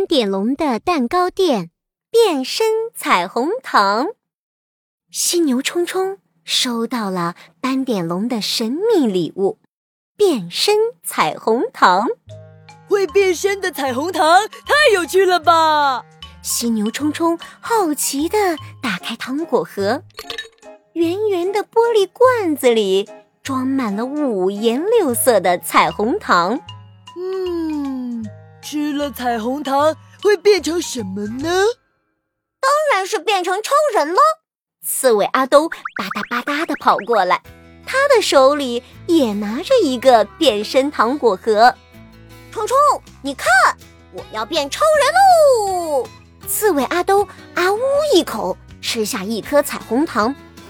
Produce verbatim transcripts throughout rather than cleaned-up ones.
斑点龙的蛋糕店，变身彩虹糖。犀牛冲冲收到了斑点龙的神秘礼物——变身彩虹糖。 会变身的彩虹糖太有趣了吧！ 犀牛冲冲好奇地打开糖果盒，圆圆的玻璃罐子里装满了五颜六色的彩虹糖。 嗯，吃了彩虹糖会变成什么呢？ 当然是变成超人了。刺猬阿兜吧嗒吧嗒地跑过来，他的手里也拿着一个变身糖果盒。冲冲，你看，我要变超人喽！刺猬阿兜啊呜一口吃下一颗彩虹糖，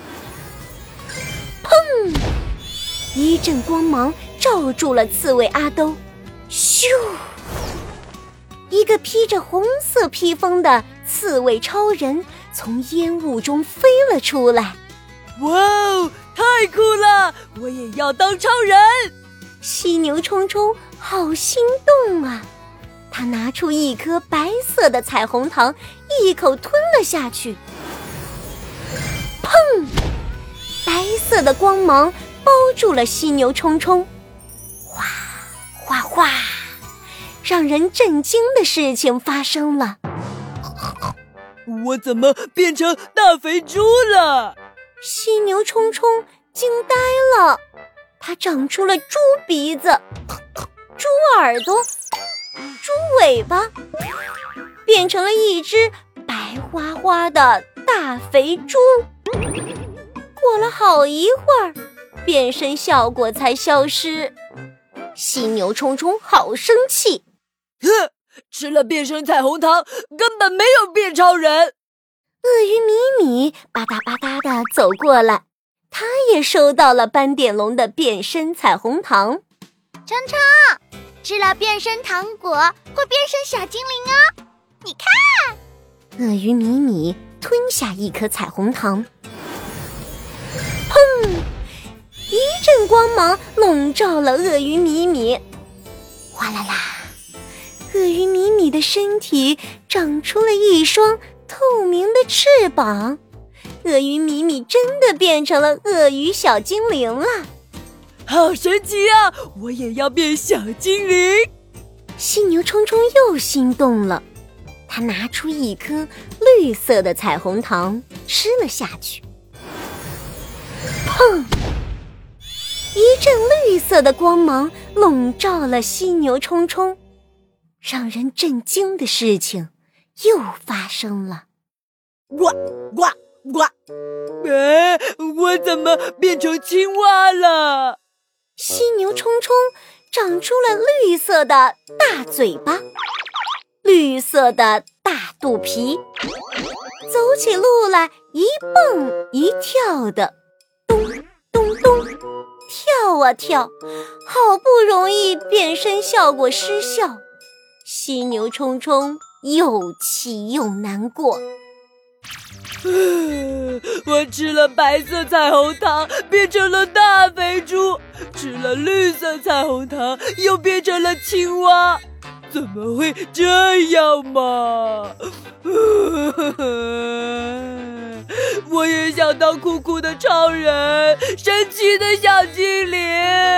砰！一阵光芒照住了刺猬阿兜，咻！一个披着红色披风的刺猬超人从烟雾中飞了出来。 哇哦，太酷了！我也要当超人！ 犀牛冲冲好心动啊！他拿出一颗白色的彩虹糖，一口吞了下去。砰！白色的光芒包住了犀牛冲冲。哗哗哗！让人震惊的事情发生了。 我怎么变成大肥猪了？ 犀牛冲冲惊呆了，它长出了猪鼻子、猪耳朵、猪尾巴，变成了一只白花花的大肥猪。过了好一会儿，变身效果才消失。犀牛冲冲好生气， 哼，吃了变身彩虹糖，根本没有变超人。 鳄鱼米米吧嗒吧嗒地走过来，他也收到了斑点龙的变身彩虹糖。 冲冲，吃了变身糖果会变身小精灵哦，你看。 鳄鱼米米吞下一颗彩虹糖，砰！一阵光芒笼罩了鳄鱼米米，哗啦啦！鳄鱼米米的身体长出了一双透明的翅膀，鳄鱼米米真的变成了鳄鱼小精灵了。 好神奇啊！我也要变小精灵。 犀牛冲冲又心动了，他拿出一颗绿色的彩虹糖吃了下去。砰！一阵绿色的光芒笼罩了犀牛冲冲，让人震惊的事情又发生了。 呱呱呱！哎，我怎么变成青蛙了？ 犀牛冲冲长出了绿色的大嘴巴，绿色的大肚皮，走起路来一蹦一跳的，咚咚咚，跳啊跳，好不容易变身效果失效，犀牛冲冲又气又难过。 我吃了白色彩虹糖，变成了大肥猪；吃了绿色彩虹糖，又变成了青蛙。怎么会这样嘛？我也想当酷酷的超人，神奇的小精灵。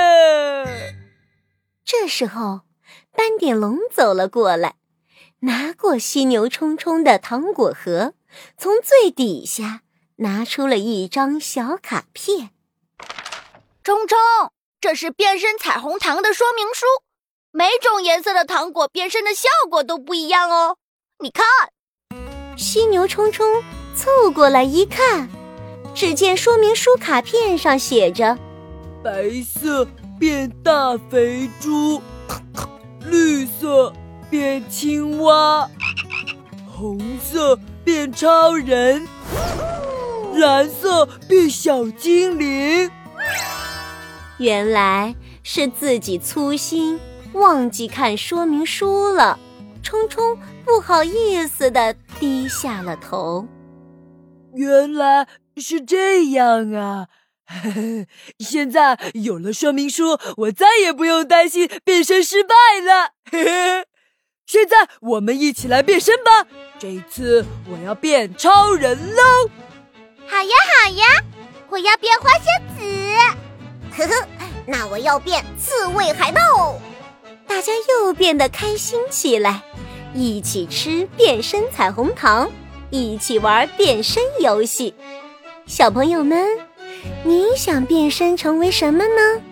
这时候，斑点龙走了过来，拿过犀牛冲冲的糖果盒，从最底下拿出了一张小卡片。 冲冲，这是变身彩虹糖的说明书，每种颜色的糖果变身的效果都不一样哦。你看， 犀牛冲冲凑过来一看，只见说明书卡片上写着： 白色变大肥猪，绿色变青蛙，红色变超人，蓝色变小精灵。 原来是自己粗心，忘记看说明书了。冲冲不好意思地低下了头。 原来是这样啊！现在有了说明书，我再也不用担心变身失败了。 现在我们一起来变身吧！这次我要变超人喽！ 好呀好呀，我要变花仙子。 呵呵，那我要变刺猬海盗。大家又变得开心起来，一起吃变身彩虹糖，一起玩变身游戏。小朋友们，你想变身成为什么呢？